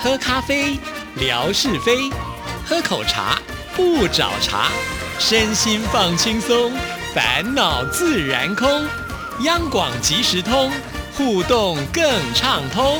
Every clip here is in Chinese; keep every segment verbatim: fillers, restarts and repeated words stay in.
喝咖啡，聊是非；喝口茶，不找茬。身心放轻松，烦恼自然空。央广即时通，互动更畅通。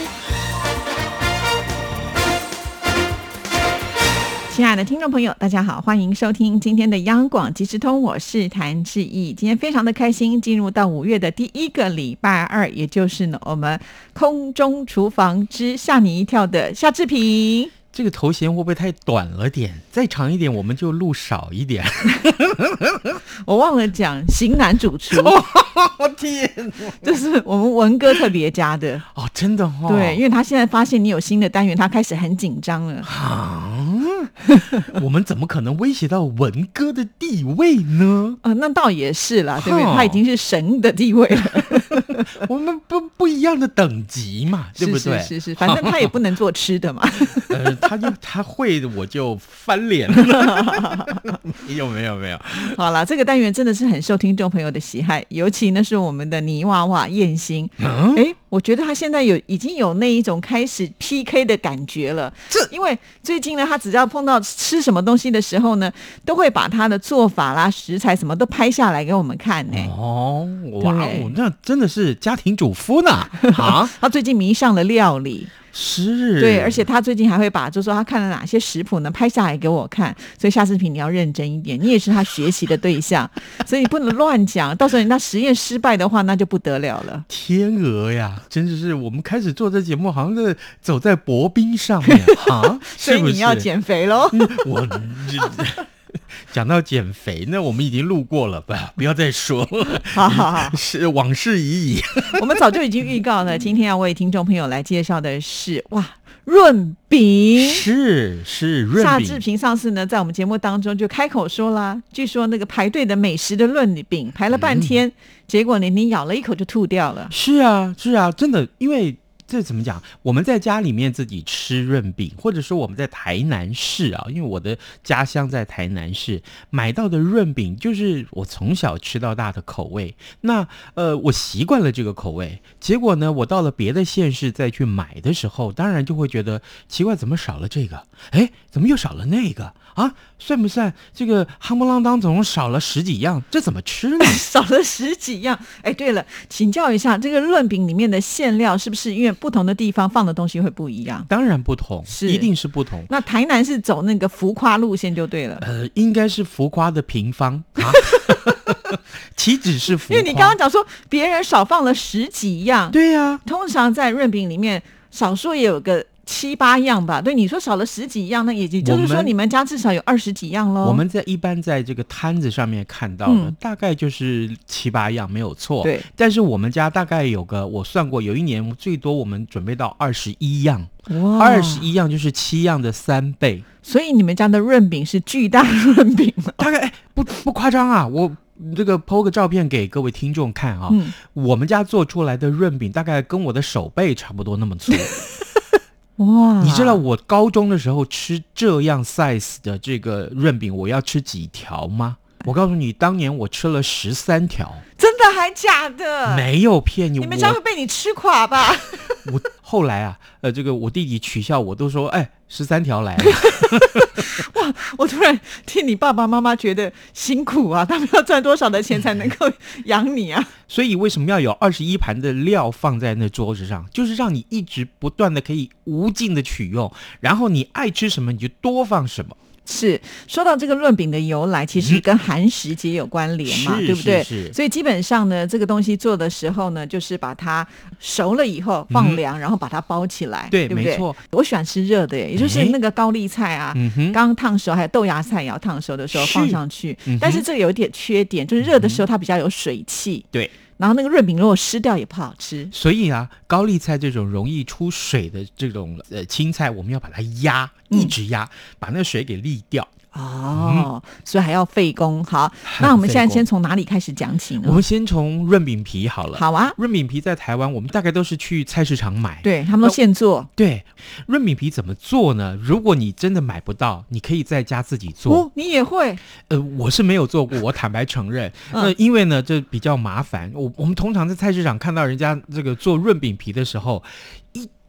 亲爱的听众朋友，大家好，欢迎收听今天的央广即时通，我是谭志毅。今天非常的开心，进入到五月的第一个礼拜二，也就是呢我们空中厨房之吓你一跳的夏志平。 这个头衔会不会太短了点？再长一点我们就录少一点。 我忘了讲型男主厨。 哦天哪， 这是我们文哥特别加的哦，真的哦。 对，因为他现在发现你有新的单元，他开始很紧张了。 啊，我们怎么可能威胁到文哥的地位呢？ 呃，那倒也是啦，对不对？他已经是神的地位了。 我们不不一样的等级嘛，对不对？ 是是是是，反正他也不能做吃的嘛。 呃，他就他会的，我就翻脸了。没有没有没有。 好啦，这个单元真的是很受听众朋友的喜爱，尤其呢是我们的泥娃娃燕心。嗯，哎，我觉得他现在有已经有那一种开始 P K 的感觉了。这因为最近呢，他只要碰到吃什么东西的时候呢，都会把他的做法啦、食材什么都拍下来给我们看呢。 哦，哇哦，那真的是家庭主妇呢啊！ 他最近迷上了料理。 是， 对，而且他最近还会把就说他看了哪些食谱呢拍下来给我看，所以夏志平你要认真一点，你也是他学习的对象，所以你不能乱讲，到时候人家实验失败的话那就不得了了。 天鹅呀，真的是我们开始做这节目好像是走在薄冰上面啊， 所以你要减肥咯。 嗯、我讲到减肥，那我们已经录过了吧？不要再说了， 好好好， 是往事已矣。 我们早就已经预告了，今天要为听众朋友来介绍的是哇润饼， 是是润饼。 夏志平上次呢，在我们节目当中就开口说啦，据说那个排队的美食的润饼排了半天，嗯、结果呢，你咬了一口就吐掉了。 是啊，是啊，真的，因为。这怎么讲？我们在家里面自己吃润饼，或者说我们在台南市啊，因为我的家乡在台南市，买到的润饼就是我从小吃到大的口味。那呃，我习惯了这个口味，结果呢，我到了别的县市再去买的时候，当然就会觉得奇怪，怎么少了这个？哎，怎么又少了那个？啊，算不算这个夯不啷当总共少了十几样？这怎么吃呢？ 少了十几样。哎，对了，请教一下，这个润饼里面的馅料是不是因为不同的地方放的东西会不一样？ 当然不同，是一定是不同。 那台南是走那个浮夸路线就对了。 呃，应该是浮夸的平方啊。岂止是浮夸， 因为你刚刚讲说别人少放了十几样， 对呀、啊， 通常在润饼里面少说也有个七八样吧，对，你说少了十几样，那也就是说你们家至少有二十几样咯。 我们在一般在这个摊子上面看到的、嗯、大概就是七八样没有错， 对。 但是我们家大概有个，我算过有一年最多我们准备到二十一样，哇，二十一样就是七样的三倍， 所以你们家的润饼是巨大润饼了， 大概哎不不夸张啊，我。这个 po 个照片给各位听众看啊、嗯，我们家做出来的润饼大概跟我的手背差不多那么粗。哇！你知道我高中的时候吃这样 size 的这个润饼，我要吃几条吗？我告诉你，当年我吃了十三条。 真的还假的？ 没有骗你。 你们家会被你吃垮吧？ 我后来啊，呃，这个我弟弟取笑我，都说，哎，十三条来了。 哇！我突然替你爸爸妈妈觉得辛苦啊，他们要赚多少的钱才能够养你啊？ 所以为什么要有二十一盘的料放在那桌子上？就是让你一直不断的可以无尽的取用，然后你爱吃什么你就多放什么。 是，说到这个润饼的由来，其实跟寒食节有关联嘛， 嗯、 对不对？ 是是是。 所以基本上呢，这个东西做的时候呢，就是把它熟了以后放凉、嗯，然后把它包起来， 对， 对不对？ 没错。 我喜欢吃热的耶，也就是那个高丽菜啊，刚刚烫熟，还有豆芽菜也要烫熟的时候放上去。是但是这个有一点缺点，就是热的时候它比较有水汽。嗯、 对。 然后那个润饼如果湿掉也不好吃， 所以啊，高丽菜这种容易出水的这种呃青菜，我们要把它压，一直压，嗯、把那个水给沥掉。 哦、嗯，所以还要费工。好，那我们现在先从哪里开始讲起呢？ 我们先从润饼皮好了。 好啊， 润饼皮在台湾我们大概都是去菜市场买， 对，他们都现做。 对，润饼皮怎么做呢？如果你真的买不到，你可以在家自己做。 哦，你也会？ 呃，我是没有做过，我坦白承认。呃，因为呢，这比较麻烦。我我们通常在菜市场看到人家这个做润饼皮的时候，一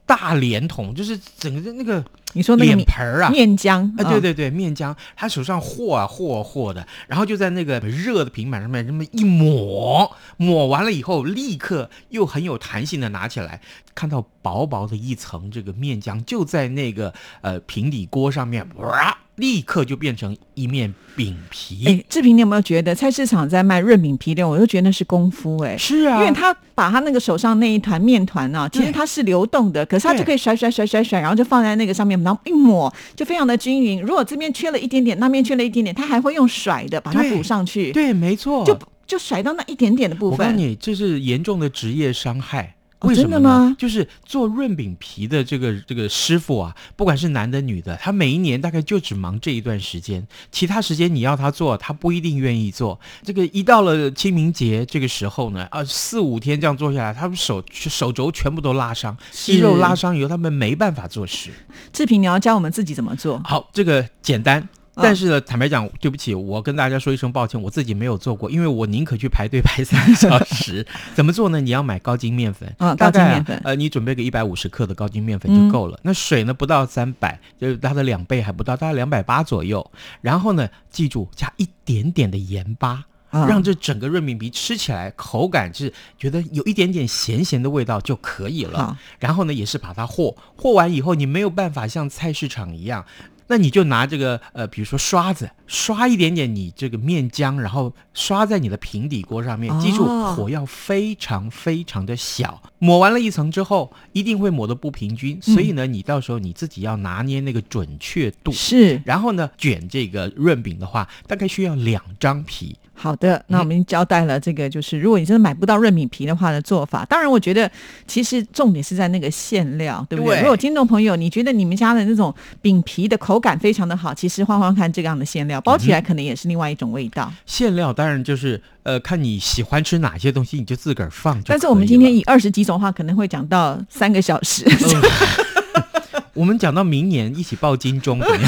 大连桶，就是整个那个你说那个脸盆啊， 面浆啊，对对对，面浆，他手上和啊和和的，然后就在那个热的平板上面这么一抹，抹完了以后，立刻又很有弹性的拿起来，看到薄薄的一层这个面浆就在那个呃平底锅上面，哇！立刻就变成一面饼皮。 哎，志平，你有没有觉得菜市场在卖润饼皮的，我就觉得那是功夫哎、欸。 是啊， 因为他把他那个手上那一团面团啊，其实它是流动的，可是他就可以甩甩甩甩甩，然后就放在那个上面，然后一抹就非常的均匀。如果这边缺了一点点，那边缺了一点点，他还会用甩的把它补上去。 对，对没错， 就就甩到那一点点的部分。 我告诉你，这是严重的职业伤害。 哦、 为什么呢？ 真的吗？ 就是做润饼皮的这个这个师傅啊，不管是男的女的，他每一年大概就只忙这一段时间，其他时间你要他做，他不一定愿意做。这个一到了清明节这个时候呢，啊，四五天这样做下来，他们手手肘全部都拉伤，肌肉拉伤以后，他们没办法做事。 志平，你要教我们自己怎么做？ 好，这个简单。但是呢，坦白讲，对不起，我跟大家说一声抱歉，我自己没有做过，因为我宁可去排队排三个小时。怎么做呢？你要买高筋面粉， 嗯，高筋面粉， 呃，你准备个一百五十克的高筋面粉就够了。嗯、那水呢，不到三百，就是它的两倍还不到，大概两百八左右。然后呢，记住加一点点的盐巴。让这整个润饼皮吃起来口感是觉得有一点点咸咸的味道就可以了。然后呢，也是把它和和完以后，你没有办法像菜市场一样。那你就拿这个呃，比如说刷子刷一点点你这个面浆，然后刷在你的平底锅上面，记住火要非常非常的小。抹完了一层之后，一定会抹得不平均，所以呢，你到时候你自己要拿捏那个准确度。 是， 然后呢，卷这个润饼的话，大概需要两张皮。 好的，那我们交代了这个，就是如果你真的买不到润饼皮的话的做法。当然，我觉得其实重点是在那个馅料，对不对？对，如果听众朋友你觉得你们家的那种饼皮的口感非常的好，其实换换看这样的馅料，包起来可能也是另外一种味道。嗯、 馅料当然就是呃，看你喜欢吃哪些东西，你就自个儿放就可以了。 但是我们今天以二十几种的话，可能会讲到三个小时。嗯我们讲到明年一起报金钟怎么样？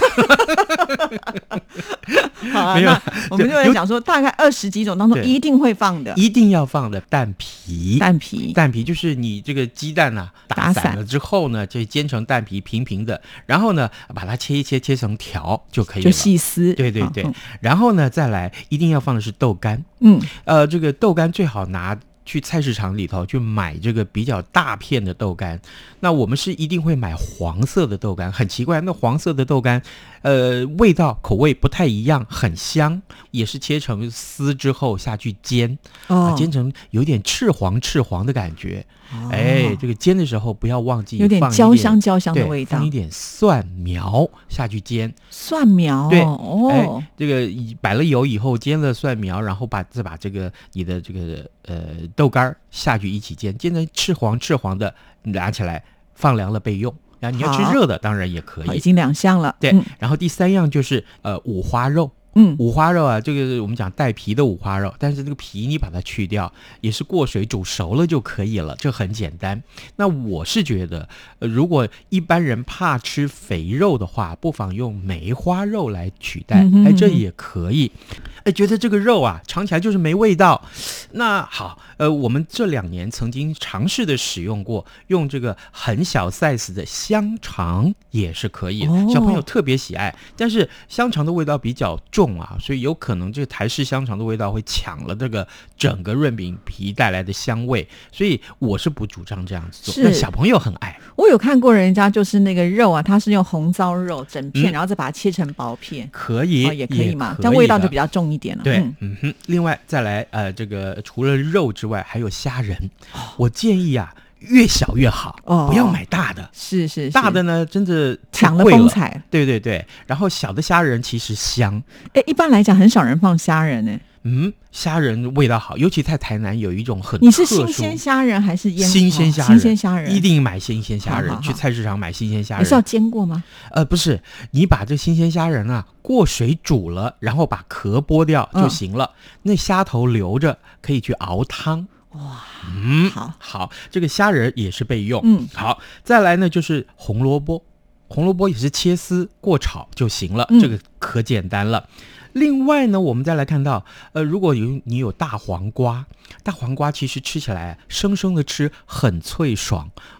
好啊，那我们就在讲说，大概二十几种当中一定会放的， 一定要放的蛋皮。 蛋皮， 蛋皮就是你这个鸡蛋啊打散了之后呢，就煎成蛋皮平平的，然后呢把它切一切，切成条就可以了， 就细丝。 对对对，嗯、然后呢再来一定要放的是豆干。 嗯， 呃，这个豆干最好拿去菜市场里头去买这个比较大片的豆干。那我们是一定会买黄色的豆干，很奇怪，那黄色的豆干呃，味道口味不太一样，很香，也是切成丝之后下去煎、哦啊、煎成有点赤黄赤黄的感觉、哦、哎，这个煎的时候不要忘记有点焦香焦香的味道， 放一点蒜苗下去煎。 蒜苗， 对， 哦， 哎，这个摆了油以后煎了蒜苗，然后把再把这个你的这个呃豆干下去一起煎，煎成赤黄赤黄的，拿起来放凉了备用。然后你要吃热的当然也可以， 已经两项了。 对、嗯、然后第三样就是呃五花肉。嗯，五花肉啊，这个我们讲带皮的五花肉，但是这个皮你把它去掉，也是过水煮熟了就可以了，这很简单。那我是觉得、呃、如果一般人怕吃肥肉的话，不妨用梅花肉来取代、嗯、哎，这也可以。哎，觉得这个肉啊尝起来就是没味道，那好，呃，我们这两年曾经尝试的使用过，用这个很小 size 的香肠也是可以的、哦、小朋友特别喜爱，但是香肠的味道比较重啊，所以有可能这个台式香肠的味道会抢了这个整个润饼皮带来的香味，所以我是不主张这样子做。那小朋友很爱， 我有看过人家就是那个肉啊，他是用红糟肉整片、嗯、然后再把它切成薄片， 可以、 哦、也可以嘛，这样味道就比较重一点了。 对，嗯, 嗯哼。另外再来呃，这个除了肉之外还有虾仁、哦、我建议啊越小越好、哦、不要买大的， 是是是， 大的呢真的抢了风采， 对对对，然后小的虾仁其实香。 哎，一般来讲很少人放虾仁呢。 嗯，虾仁味道好，尤其在台南有一种很特殊， 你是新鲜虾仁还是腌？ 新鲜虾仁， 新鲜虾仁， 一定买新鲜虾仁。好好好，去菜市场买新鲜虾仁。 你是要煎过吗？ 呃，不是，你把这新鲜虾仁啊过水煮了，然后把壳剥掉就行了。嗯、那虾头留着可以去熬汤。 哇， 嗯， 好好，这个虾仁也是备用。 嗯， 好，再来呢就是红萝卜，红萝卜也是切丝过炒就行了， 嗯、 这个可简单了。另外呢，我们再来看到，呃，如果有你有大黄瓜，大黄瓜其实吃起来生生的吃很脆爽，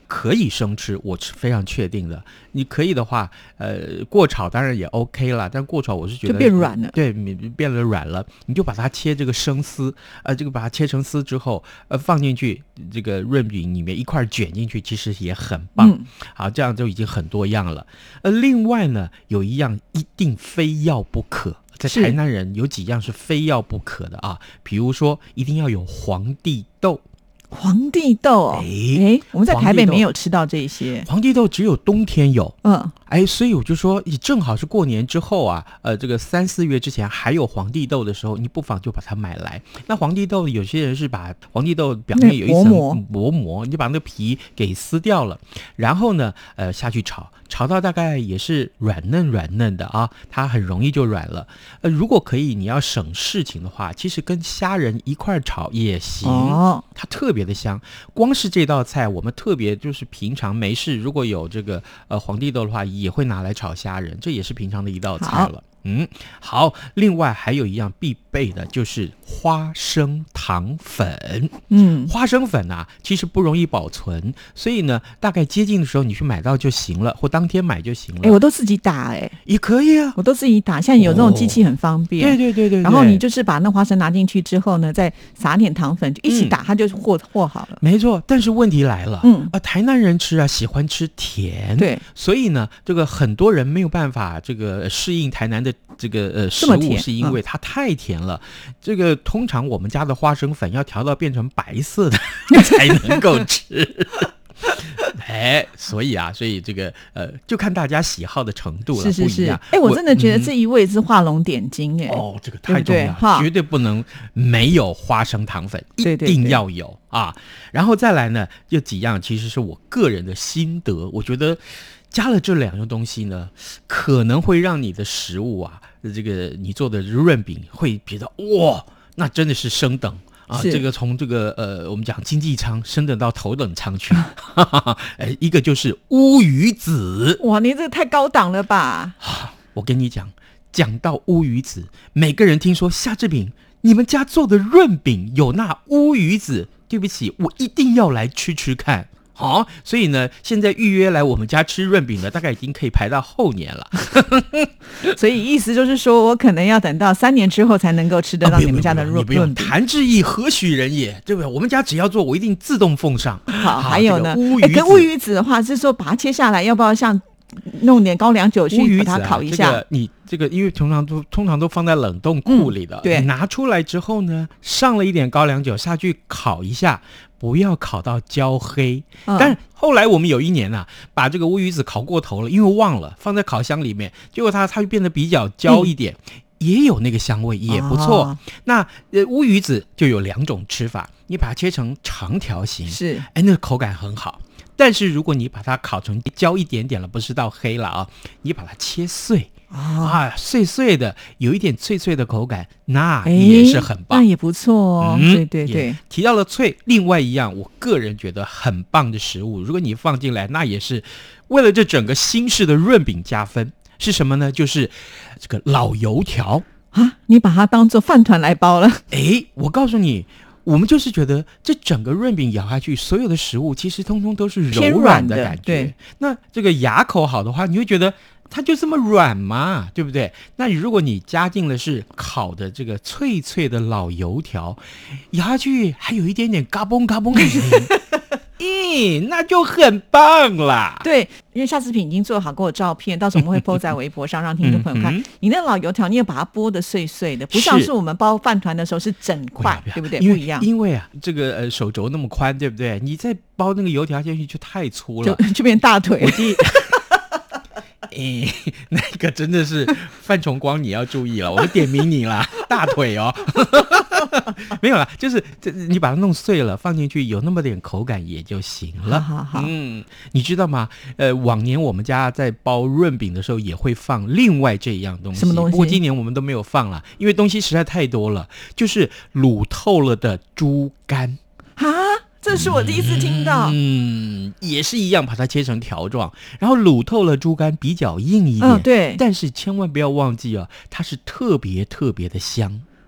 可以生吃，我是非常确定的。你可以的话，呃，过炒当然也 OK 啦，但过炒我是觉得就变软了， 对，变了软了，你就把它切这个生丝，呃，这个把它切成丝之后，呃，放进去这个润饼里面一块卷进去，其实也很棒。嗯、好，这样就已经很多样了。呃，另外呢，有一样一定非要不可。在台南人有几样是非要不可的啊，比如说一定要有皇帝豆。 皇帝豆哦，哎，我们在台北没有吃到这些。 皇帝豆只有冬天有， 嗯， 哎，所以我就说，你正好是过年之后啊，呃，这个三四月之前还有皇帝豆的时候，你不妨就把它买来。那皇帝豆有些人是把皇帝豆表面有一层薄膜，你就把那个皮给撕掉了，然后呢，呃，下去炒。炒到大概也是软嫩软嫩的啊，它很容易就软了。呃，如果可以，你要省事情的话，其实跟虾仁一块炒也行，哦、它特别的香。光是这道菜，我们特别就是平常没事，如果有这个呃皇帝豆的话，也会拿来炒虾仁，这也是平常的一道菜了。嗯，好，另外还有一样必备的就是花生糖粉。嗯，花生粉啊，其实不容易保存，所以呢，大概接近的时候你去买到就行了，或当天买就行了。 哎，我都自己打，哎， 也可以啊， 我都自己打。现在有这种机器很方便。 哦、对, 对对对对。 然后你就是把那花生拿进去之后呢，再撒点糖粉，就一起打，嗯、它就和和好了。 没错，但是问题来了，嗯，呃，台南人吃啊喜欢吃甜， 对， 所以呢，这个很多人没有办法这个适应台南的。这个呃食物是因为它太甜了，嗯、这个通常我们家的花生粉要调到变成白色的才能够吃。哎，所以啊，所以这个呃，就看大家喜好的程度了， 是是是， 不一样。 哎，我真的觉得这一味是画龙点睛哎、嗯。 哦，这个太重要，对对绝对不能没有花生糖粉，一定要有对对对啊。然后再来呢，有几样其实是我个人的心得，我觉得。加了这两样东西呢，可能会让你的食物啊，这个你做的润饼会觉得哇，那真的是升等啊！这个从这个呃，我们讲经济舱升等到头等舱去。哎，一个就是乌鱼子， 哇，你这太高档了吧！ 我跟你讲，讲到乌鱼子，每个人听说夏志平，你们家做的润饼有那乌鱼子，对不起，我一定要来吃吃看。好、哦，所以呢，现在预约来我们家吃润饼的，大概已经可以排到后年了。 所以意思就是说，我可能要等到三年之后才能够吃得到你们家的润饼。 润饼谭志毅何许人也？对不对？我们家只要做，我一定自动奉上。 好，还有呢， 这个乌鱼子、 欸、跟乌鱼子的话，是说把它切下来，要不要像弄点高粱酒去把它烤一下？ 啊这个、你这个因为通常都通常都放在冷冻库里的、嗯，对，你拿出来之后呢，上了一点高粱酒下去烤一下。不要烤到焦黑、嗯、但后来我们有一年啊把这个乌鱼子烤过头了，因为忘了放在烤箱里面，结果它它就变得比较焦一点、嗯、也有那个香味，也不错、哦、那呃乌鱼子就有两种吃法，你把它切成长条形， 是， 哎，那个口感很好，但是如果你把它烤成焦一点点了，不是到黑了啊，你把它切碎啊，碎碎的，有一点脆脆的口感，那也是很棒， 那也不错哦。嗯、对对对， 提到了脆，另外一样我个人觉得很棒的食物，如果你放进来，那也是为了这整个新式的润饼加分。是什么呢？就是这个老油条啊，你把它当做饭团来包了。 哎，我告诉你。我们就是觉得这整个润饼咬下去，所有的食物其实通通都是柔软的感觉。 对， 那这个牙口好的话，你会觉得它就这么软嘛，对不对？那如果你加进的是烤的这个脆脆的老油条，咬下去还有一点点嘎嘣嘎嘣的声音。咦，那就很棒啦！ 对，因为夏志平已经做好给我照片，到时候我们会 po 在微博上让听众朋友看。嗯、你那老油条，你也把它剥得碎碎的，不像是我们包饭团的时候是整块，对不对？不一样。 因为啊，这个呃手肘那么宽，对不对？你再包那个油条下去就太粗了， 就就变大腿。 我记诶，那个真的是范崇光，你要注意了，我点名你了，大腿哦。没有啦，就是你把它弄碎了，放进去有那么点口感也就行了。 好好好， 嗯，你知道吗？呃，往年我们家在包润饼的时候也会放另外这样东西， 什么东西？ 不过今年我们都没有放了，因为东西实在太多了。就是卤透了的猪肝啊。这是我第一次听到。 嗯，也是一样，把它切成条状，然后卤透了猪肝比较硬一点， 嗯，对， 但是千万不要忘记啊，它是特别特别的香。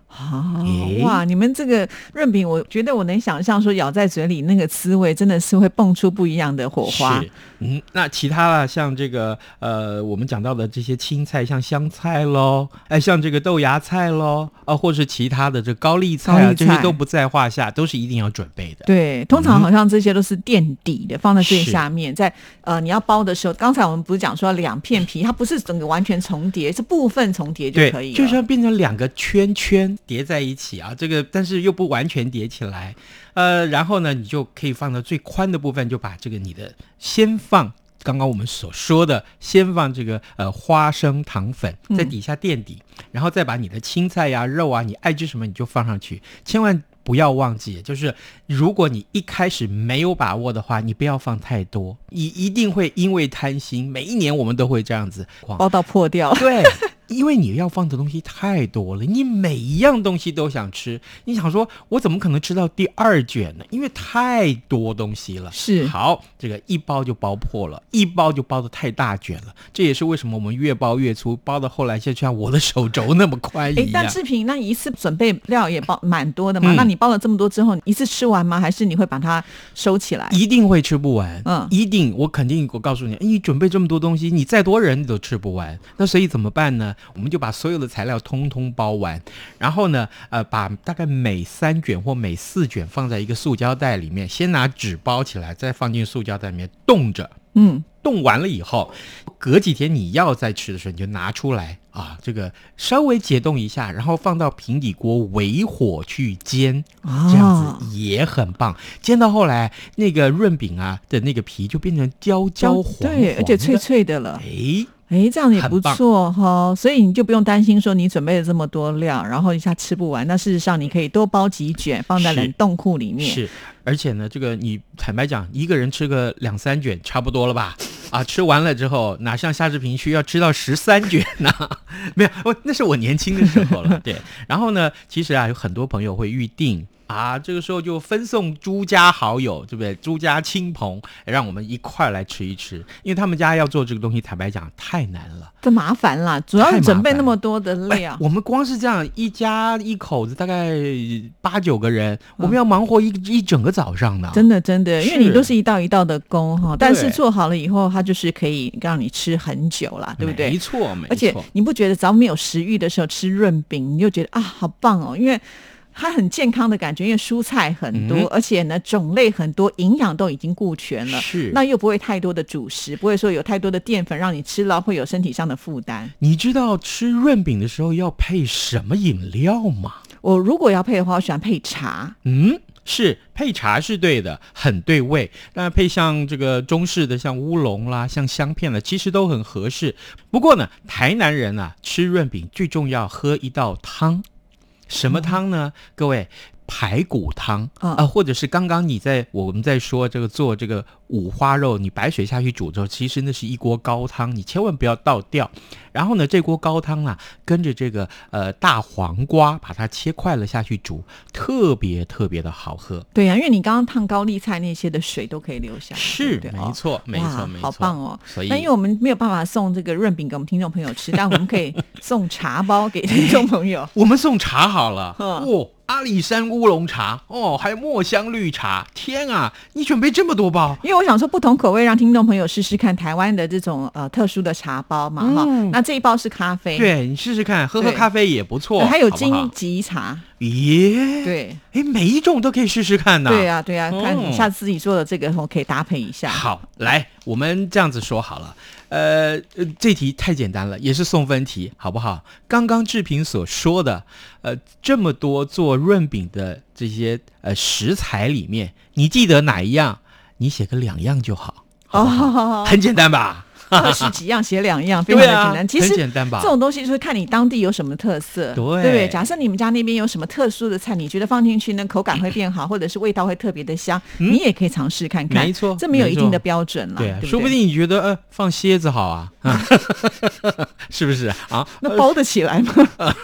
啊，哇！你们这个润饼，我觉得我能想象说咬在嘴里那个滋味，真的是会蹦出不一样的火花。 是，嗯，那其他啊，像这个呃，我们讲到的这些青菜，像香菜喽，哎，像这个豆芽菜喽，啊，或是其他的这高丽菜啊，这些都不在话下，都是一定要准备的。 对，通常好像这些都是垫底的，嗯、放在最下面，在呃你要包的时候，刚才我们不是讲说两片皮，它不是整个完全重叠，是部分重叠就可以了， 就像变成两个圈圈叠在一起啊，这个但是又不完全叠起来，呃，然后呢，你就可以放到最宽的部分，就把这个你的先放刚刚我们所说的，先放这个呃花生糖粉在底下垫底，嗯、然后再把你的青菜呀、肉啊，你爱吃什么你就放上去，千万不要忘记，就是如果你一开始没有把握的话，你不要放太多，你一定会因为贪心，每一年我们都会这样子包到破掉。 对。因为你要放的东西太多了，你每一样东西都想吃，你想说我怎么可能吃到第二卷呢？因为太多东西了。 是， 好，这个一包就包破了，一包就包得太大卷了，这也是为什么我们越包越粗，包到后来就像我的手肘那么宽一样。 但志平，那一次准备料也包蛮多的嘛、嗯、那你包了这么多之后，一次吃完吗？还是你会把它收起来？ 一定会吃不完， 嗯， 一定，我肯定，我告诉你，你准备这么多东西，你再多人你都吃不完，那所以怎么办呢？我们就把所有的材料通通包完，然后呢，呃，把大概每三卷或每四卷放在一个塑胶袋里面，先拿纸包起来，再放进塑胶袋里面冻着。 嗯， 冻完了以后，隔几天你要再吃的时候，你就拿出来啊，这个稍微解冻一下，然后放到平底锅微火去煎，这样子也很棒。煎到后来，那个润饼啊的那个皮就变成焦焦黄黄的， 对，而且脆脆的了。 哎。 哎，这样也不错哈、哦，所以你就不用担心说你准备了这么多料，然后一下吃不完。那事实上你可以多包几卷放在冷冻库里面。 是，是而且呢，这个你坦白讲，一个人吃个两三卷差不多了吧？啊，吃完了之后，哪像夏志平需要吃到十三卷呢、啊？没有，我那是我年轻的时候了。对，然后呢，其实啊，有很多朋友会预定。啊，这个时候就分送诸家好友，对不对？诸家亲朋，让我们一块来吃一吃，因为他们家要做这个东西，坦白讲太难了， 这麻烦啦，主要是准备那么多的料。 我们光是这样一家一口子大概八九个人，嗯、我们要忙活一一整个早上呢。 真的真的，因为你都是一道一道的工哈，但是做好了以后，它就是可以让你吃很久啦，对不对？ 没错，没错。 而且你不觉得早没有食欲的时候吃润饼，你就觉得啊，好棒哦，因为。它很健康的感觉，因为蔬菜很多、嗯、而且呢种类很多，营养都已经顾全了， 是， 那又不会太多的主食，不会说有太多的淀粉让你吃了会有身体上的负担。 你知道吃润饼的时候要配什么饮料吗？ 我如果要配的话，我喜欢配茶。 嗯，是配茶是对的，很对味。那配像这个中式的，像乌龙啦，像香片啦，其实都很合适。不过呢，台南人啊吃润饼最重要喝一道汤。什么汤呢？嗯、各位，排骨汤啊、呃，或者是刚刚你在我们在说这个做这个五花肉，你白水下去煮之后，其实那是一锅高汤，你千万不要倒掉。然后呢，这锅高汤啊，跟着这个呃大黄瓜，把它切块了下去煮，特别特别的好喝。 对呀、啊，因为你刚刚烫高丽菜那些的水都可以留下来。 是， 对对没错，哦、没错，没错， 好棒哦！ 所以， 那因为我们没有办法送这个润饼给我们听众朋友吃，但我们可以送茶包给听众朋友。 我们送茶好了，哦。阿里山乌龙茶哦，还有墨香绿茶，天啊！你准备这么多包？ 因为我想说不同口味，让听众朋友试试看台湾的这种呃特殊的茶包嘛哈、嗯。那这一包是咖啡， 对你试试看，喝喝咖啡也不错。 还有金桔茶， 耶， 对， 哎，每一种都可以试试看的。 对啊，对啊，看你下次自己做的这个，我可以搭配一下。 好，来，我们这样子说好了。呃，这题太简单了，也是送分题，好不好？刚刚志平所说的，呃，这么多做润饼的这些呃食材里面，你记得哪一样？你写个两样就好，好不好？哦、很简单吧？ 二十几样写两样，非常的简单。 啊、 其实很简单吧？ 这种东西就是看你当地有什么特色， 对对不对？假设你们家那边有什么特殊的菜，你觉得放进去呢口感会变好，或者是味道会特别的香，嗯、你也可以尝试看看。 没错， 这没有一定的标准了， 对、啊， 对不对？ 说不定你觉得呃放蝎子好啊，是不是啊？ 那包得起来吗？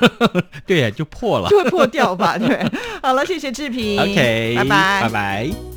对呀，就破了， 就会破掉吧？对。好了，谢谢志平 ，OK， 拜拜， 拜拜。